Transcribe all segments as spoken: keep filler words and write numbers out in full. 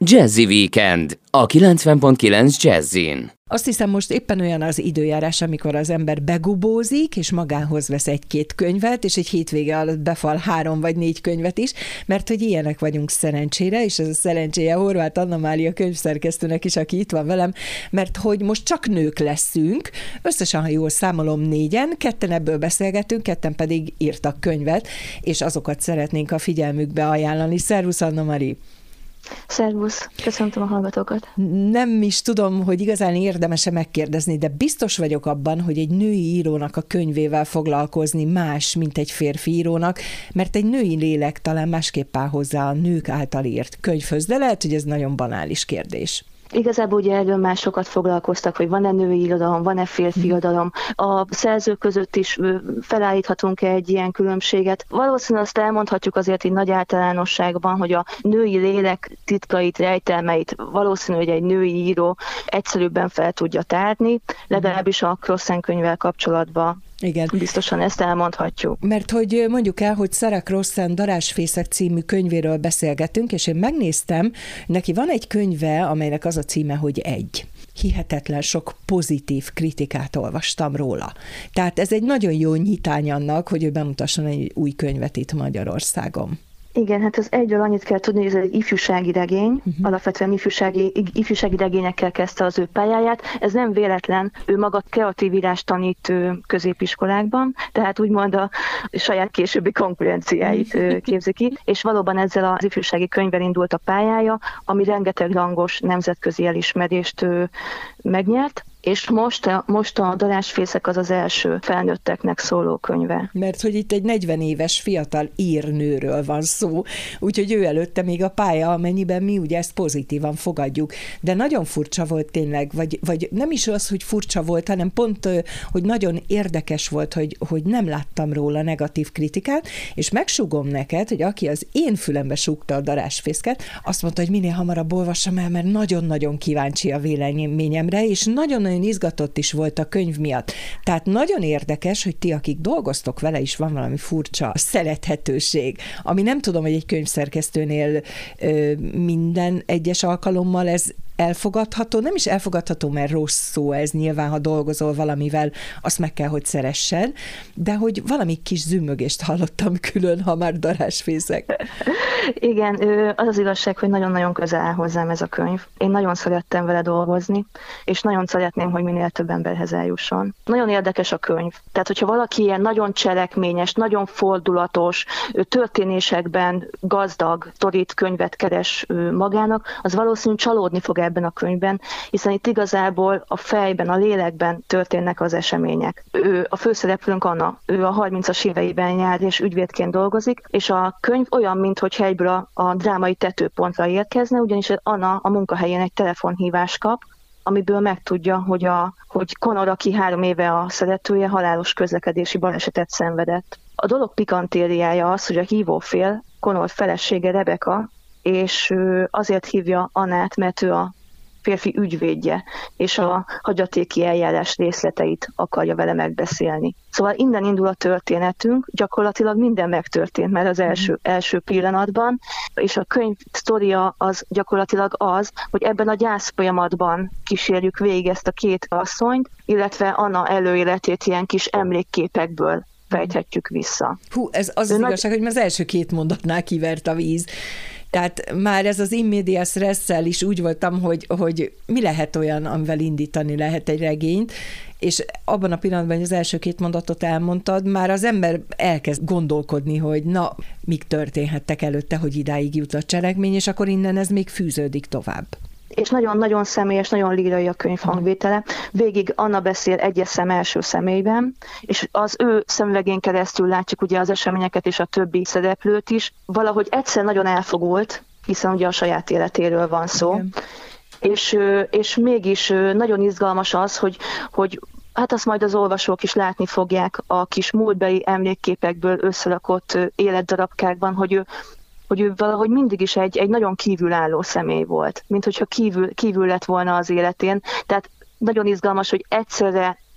Jazzy Weekend a kilencven pont kilenc Jazzin. Azt hiszem, most éppen olyan az időjárás, amikor az ember begubózik, és magához vesz egy-két könyvet, és egy hétvége alatt befal három vagy négy könyvet is, mert hogy ilyenek vagyunk szerencsére, és ez a szerencséje Horváth Anna Mária könyvszerkesztőnek is, aki itt van velem, mert hogy most csak nők leszünk, összesen, ha jól számolom, négyen, ketten ebből beszélgetünk, ketten pedig írtak könyvet, és azokat szeretnénk a figyelmükbe ajánlani. Szervusz, Anna Mari! Szervusz, köszöntöm a hallgatókat. Nem is tudom, hogy igazán érdemes-e megkérdezni, de biztos vagyok abban, hogy egy női írónak a könyvével foglalkozni más, mint egy férfi írónak, mert egy női lélek talán másképp áll hozzá a nők által írt könyvhöz, de lehet, hogy ez nagyon banális kérdés. Igazából ugye erről már sokat foglalkoztak, hogy van-e női irodalom, van-e férfi irodalom. A szerzők között is felállíthatunk egy ilyen különbséget. Valószínűleg azt elmondhatjuk azért így nagy általánosságban, hogy a női lélek titkait, rejtelmeit valószínű, hogy egy női író egyszerűbben fel tudja tárni, legalábbis a Crossan könyvvel kapcsolatban. Igen. Biztosan ezt elmondhatjuk. Mert hogy mondjuk el, hogy Sarah Crossan Darázsfészek című könyvéről beszélgetünk, és én megnéztem, neki van egy könyve, amelynek az a címe, hogy Egy. Hihetetlen sok pozitív kritikát olvastam róla. Tehát ez egy nagyon jó nyitány annak, hogy ő bemutasson egy új könyvet itt Magyarországon. Igen, hát az egyről annyit kell tudni, hogy ez egy ifjúsági regény, uh-huh. alapvetően ifjúsági, ifjúsági regényekkel kezdte az ő pályáját. Ez nem véletlen, ő maga kreatív írást tanít középiskolákban, tehát úgymond a saját későbbi konkurenciáit képzi ki, és valóban ezzel az ifjúsági könyvvel indult a pályája, ami rengeteg rangos nemzetközi elismerést megnyert. És most a, most a Darázsfészek az az első felnőtteknek szóló könyve. Mert hogy itt egy negyven éves fiatal írnőről van szó, úgyhogy ő előtte még a pálya, amennyiben mi ugye ezt pozitívan fogadjuk. De nagyon furcsa volt tényleg, vagy, vagy nem is az, hogy furcsa volt, hanem pont, hogy nagyon érdekes volt, hogy, hogy nem láttam róla negatív kritikát, és megsúgom neked, hogy aki az én fülembe súgta a Darázsfészket, azt mondta, hogy minél hamarabb olvassam el, mert nagyon-nagyon kíváncsi a véleményemre, és nagyon nagyon izgatott is volt a könyv miatt. Tehát nagyon érdekes, hogy ti, akik dolgoztok vele, is van valami furcsa szerethetőség, ami nem tudom, hogy egy könyvszerkesztőnél ö, minden egyes alkalommal ez elfogadható, nem is elfogadható, mert rossz szó ez, nyilván, ha dolgozol valamivel, azt meg kell, hogy szeressen, de hogy valami kis zümmögést hallottam külön, ha már Darázsfészek. Igen, az az igazság, hogy nagyon-nagyon közel áll hozzám ez a könyv. Én nagyon szerettem vele dolgozni, és nagyon szeretném, hogy minél több emberhez eljusson. Nagyon érdekes a könyv. Tehát, hogyha valaki ilyen nagyon cselekményes, nagyon fordulatos, történésekben gazdag, torít könyvet keres magának, az valószínűleg csalódni fog ebben a könyvben, hiszen itt igazából a fejben, a lélekben történnek az események. Ő, a főszereplőnk Anna, ő a harmincas éveiben jár és ügyvédként dolgozik, és a könyv olyan, minthogyha egyből a, a drámai tetőpontra érkezne, ugyanis Anna a munkahelyén egy telefonhívást kap, amiből megtudja, hogy, a, hogy Connor, aki három éve a szeretője, halálos közlekedési balesetet szenvedett. A dolog pikantériája az, hogy a hívófél, Connor felesége Rebecca, és azért hívja Annát, mert ő a férfi ügyvédje, és a hagyatéki eljárás részleteit akarja vele megbeszélni. Szóval innen indul a történetünk, gyakorlatilag minden megtörtént már az első, első pillanatban, és a könyv sztoria az gyakorlatilag az, hogy ebben a gyász folyamatban kísérjük végig ezt a két asszonyt, illetve Anna előéletét ilyen kis emlékképekből fejthetjük vissza. Hú, ez az, az igazság, hogy már az első két mondatnál kivert a víz. Tehát már ez az in medias res-szel is úgy voltam, hogy, hogy mi lehet olyan, amivel indítani lehet egy regényt, és abban a pillanatban, hogy az első két mondatot elmondtad, már az ember elkezd gondolkodni, hogy na, mik történhettek előtte, hogy idáig jut a cselekmény, és akkor innen ez még fűződik tovább. És nagyon-nagyon személyes, nagyon lírai a könyv hangvétele. Végig Anna beszél egyes szem első személyben, és az ő szemüvegén keresztül látjuk ugye az eseményeket és a többi szereplőt is. Valahogy egyszer nagyon elfogult, hiszen ugye a saját életéről van szó, és, és mégis nagyon izgalmas az, hogy, hogy hát azt majd az olvasók is látni fogják a kis múltbeli emlékképekből összerakott életdarabkákban, hogy ő hogy ő valahogy mindig is egy, egy nagyon kívülálló személy volt, mint hogyha kívül, kívül lett volna az életén. Tehát nagyon izgalmas, hogy egyszerre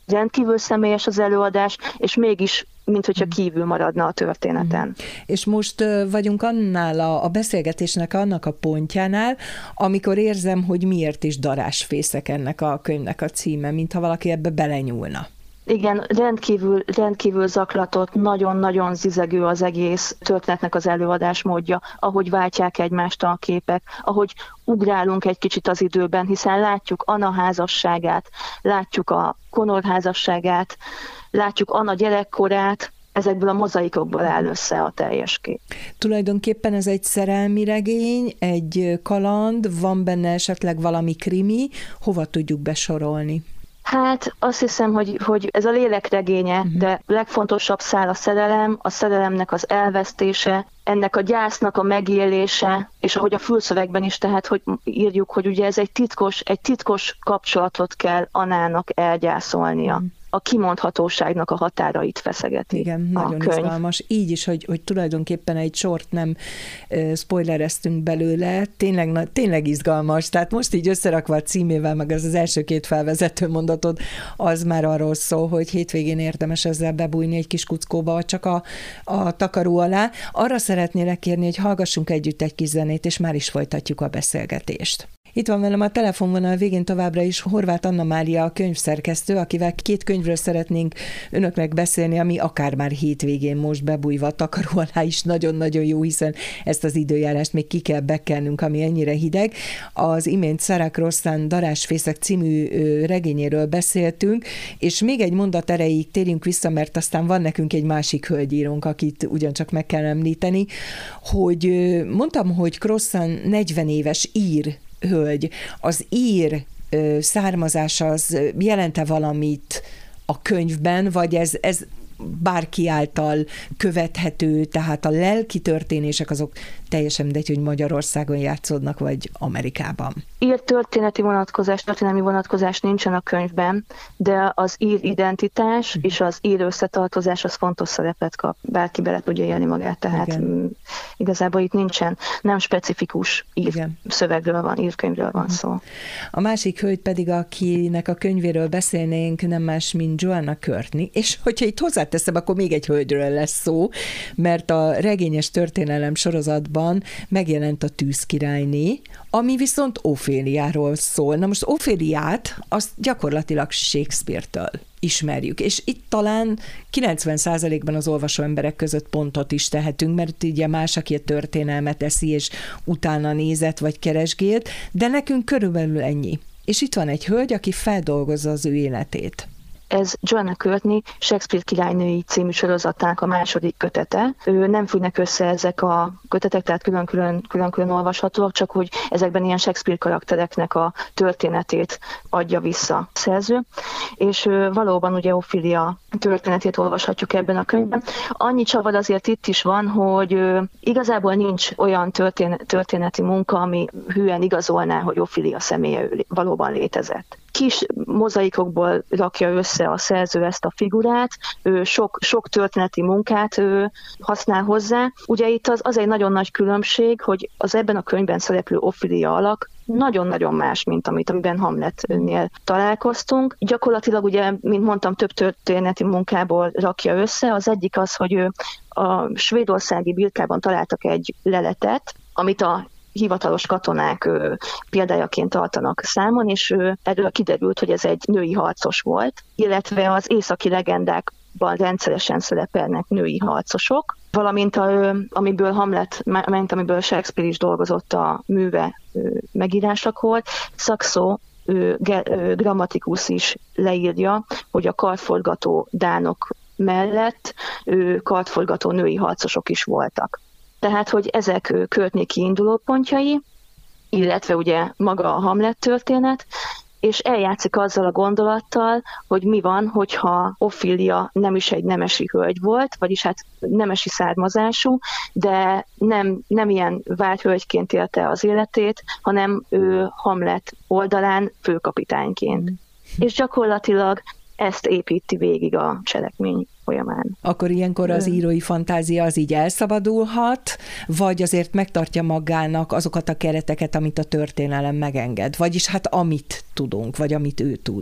rendkívül személyes az előadás, és mégis mint hogyha kívül maradna a történeten. Mm. És most vagyunk annál a, a beszélgetésnek annak a pontjánál, amikor érzem, hogy miért is Darásfészek ennek a könyvnek a címe, mintha valaki ebbe belenyúlna. Igen, rendkívül, rendkívül zaklatott, nagyon-nagyon zizegő az egész történetnek az előadás módja, ahogy váltják egymást a képek, ahogy ugrálunk egy kicsit az időben, hiszen látjuk Anna házasságát, látjuk a Connor házasságát, látjuk Anna gyerekkorát, ezekből a mozaikokból áll össze a teljes kép. Tulajdonképpen ez egy szerelmi regény, egy kaland, van benne esetleg valami krimi, hova tudjuk besorolni? Hát azt hiszem, hogy, hogy ez a lélek regénye, uh-huh. de legfontosabb szál a szerelem, a szerelemnek az elvesztése, ennek a gyásznak a megélése, és ahogy a fülszövegben is, tehát hogy írjuk, hogy ugye ez egy titkos, egy titkos kapcsolatot kell Annának elgyászolnia. Uh-huh. A kimondhatóságnak a határait feszegeti. Igen, nagyon könyv. izgalmas. Így is, hogy, hogy tulajdonképpen egy sort nem uh, spoilereztünk belőle, tényleg, tényleg izgalmas. Tehát most így összerakva a címével, meg az az első két felvezető mondatod, az már arról szól, hogy hétvégén érdemes ezzel bebújni egy kis kuckóba, vagy csak a, a takaró alá. Arra szeretnélek kérni, hogy hallgassunk együtt egy kis zenét, és már is folytatjuk a beszélgetést. Itt van velem a telefonvonal végén továbbra is Horváth Anna Mária, a könyvszerkesztő, akivel két könyvről szeretnénk önöknek beszélni, ami akár már hétvégén most bebújva a takaró alá is nagyon-nagyon jó, hiszen ezt az időjárást még ki kell bekkelnünk, ami ennyire hideg. Az imént Sarah Crossan Darásfészek című regényéről beszéltünk, és még egy mondat erejéig térjünk vissza, mert aztán van nekünk egy másik hölgyírónk, akit ugyancsak meg kell említeni, hogy mondtam, hogy Crossan negyven éves ír hölgy. Az ír ö, származás az jelente valamit a könyvben, vagy ez, ez bárki által követhető, tehát a lelki történések azok teljesen mindegy, hogy Magyarországon játszódnak, vagy Amerikában. Ír történeti vonatkozás, történelmi vonatkozás nincsen a könyvben, de az ír identitás mm. és az ír összetartozás az fontos szerepet kap. Bárki bele tudja élni magát, tehát Igen. igazából itt nincsen, nem specifikus ír Igen. szövegről van, írkönyvről van mm. szó. A másik hölgy pedig, akinek a könyvéről beszélnénk, nem más, mint Joanna Courtney, és hogyha itt hozzáteszem, akkor még egy hölgyről lesz szó, mert a regényes történelem sorozatban megjelent a Tűzkirályné, ami viszont Oféliáról szól. Na most Oféliát azt gyakorlatilag Shakespeare-től ismerjük, és itt talán kilencven százalékban az olvasó emberek között pontot is tehetünk, mert ugye más, aki a történelmet eszi, és utána nézett, vagy keresgélt, de nekünk körülbelül ennyi. És itt van egy hölgy, aki feldolgozza az ő életét. Ez Joanna Courtney Shakespeare királynői című sorozatának a második kötete. Ő nem függnek össze ezek a kötetek, tehát külön-külön, külön-külön olvashatóak, csak hogy ezekben ilyen Shakespeare karaktereknek a történetét adja vissza a szerző. És valóban ugye Ophelia történetét olvashatjuk ebben a könyvben. Annyi csavar azért itt is van, hogy igazából nincs olyan történet, történeti munka, ami hűen igazolná, hogy Ophelia személye valóban létezett. Kis mozaikokból rakja össze a szerző ezt a figurát, ő sok, sok történeti munkát ő használ hozzá. Ugye itt az, az egy nagyon nagy különbség, hogy az ebben a könyvben szereplő Ophelia alak nagyon-nagyon más, mint amit amiben Hamletnél találkoztunk. Gyakorlatilag ugye, mint mondtam, több történeti munkából rakja össze. Az egyik az, hogy ő a svédországi birkában találtak egy leletet, amit a hivatalos katonák ö, példájaként tartanak számon, és ö, erről kiderült, hogy ez egy női harcos volt, illetve az északi legendákban rendszeresen szerepelnek női harcosok, valamint a, ö, amiből Hamlet, ment, amiből Shakespeare is dolgozott a műve ö, megírásakor, Saxo ö, ge, ö, Grammaticus is leírja, hogy a kardforgató dánok mellett ö, kardforgató női harcosok is voltak. Tehát, hogy ezek Courtney kiinduló pontjai, illetve ugye maga a Hamlet történet, és eljátszik azzal a gondolattal, hogy mi van, hogyha Ophelia nem is egy nemesi hölgy volt, vagyis hát nemesi származású, de nem, nem ilyen vált hölgyként élte az életét, hanem ő Hamlet oldalán főkapitányként. Mm. És gyakorlatilag ezt építi végig a cselekmény folyamán. Akkor ilyenkor az írói fantázia az így elszabadulhat, vagy azért megtartja magának azokat a kereteket, amit a történelem megenged, vagyis hát amit tudunk, vagy amit ő tud.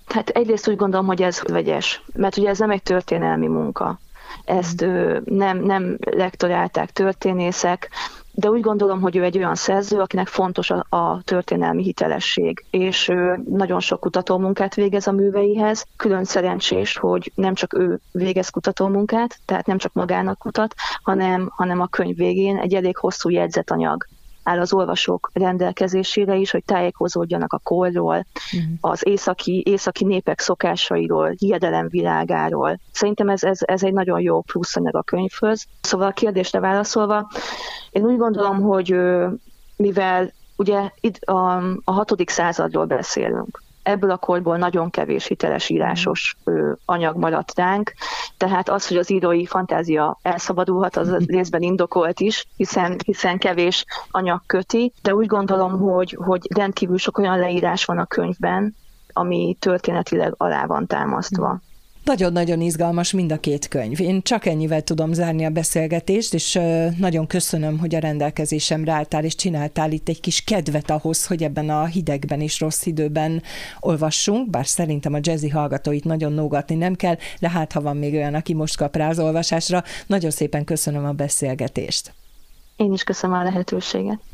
Hát egyrészt úgy gondolom, hogy ez vegyes, mert ugye ez nem egy történelmi munka. Ezt ö, nem, nem lektorálták történészek, de úgy gondolom, hogy ő egy olyan szerző, akinek fontos a, a történelmi hitelesség, és ő nagyon sok kutatómunkát végez a műveihez. Külön szerencsés, hogy nem csak ő végez kutatómunkát, tehát nem csak magának kutat, hanem, hanem a könyv végén egy elég hosszú jegyzetanyag áll az olvasók rendelkezésére is, hogy tájékozódjanak a korról, uh-huh. az északi, északi népek szokásairól, hiedelem világáról. Szerintem ez, ez, ez egy nagyon jó pluszanyag a könyvhöz. Szóval a kérdésre válaszolva, én úgy gondolom, hogy mivel ugye itt a, a hatodik századról beszélünk, ebből a korból nagyon kevés hiteles írásos ö, anyag maradt ránk, tehát az, hogy az írói fantázia elszabadulhat, az részben indokolt is, hiszen, hiszen kevés anyag köti, de úgy gondolom, hogy, hogy rendkívül sok olyan leírás van a könyvben, ami történetileg alá van támasztva. Nagyon-nagyon izgalmas mind a két könyv. Én csak ennyivel tudom zárni a beszélgetést, és nagyon köszönöm, hogy a rendelkezésemre álltál, és csináltál itt egy kis kedvet ahhoz, hogy ebben a hidegben és rossz időben olvassunk, bár szerintem a jazzy hallgatóit nagyon nógatni nem kell, de hát ha van még olyan, aki most kap rá az olvasásra, nagyon szépen köszönöm a beszélgetést. Én is köszönöm a lehetőséget.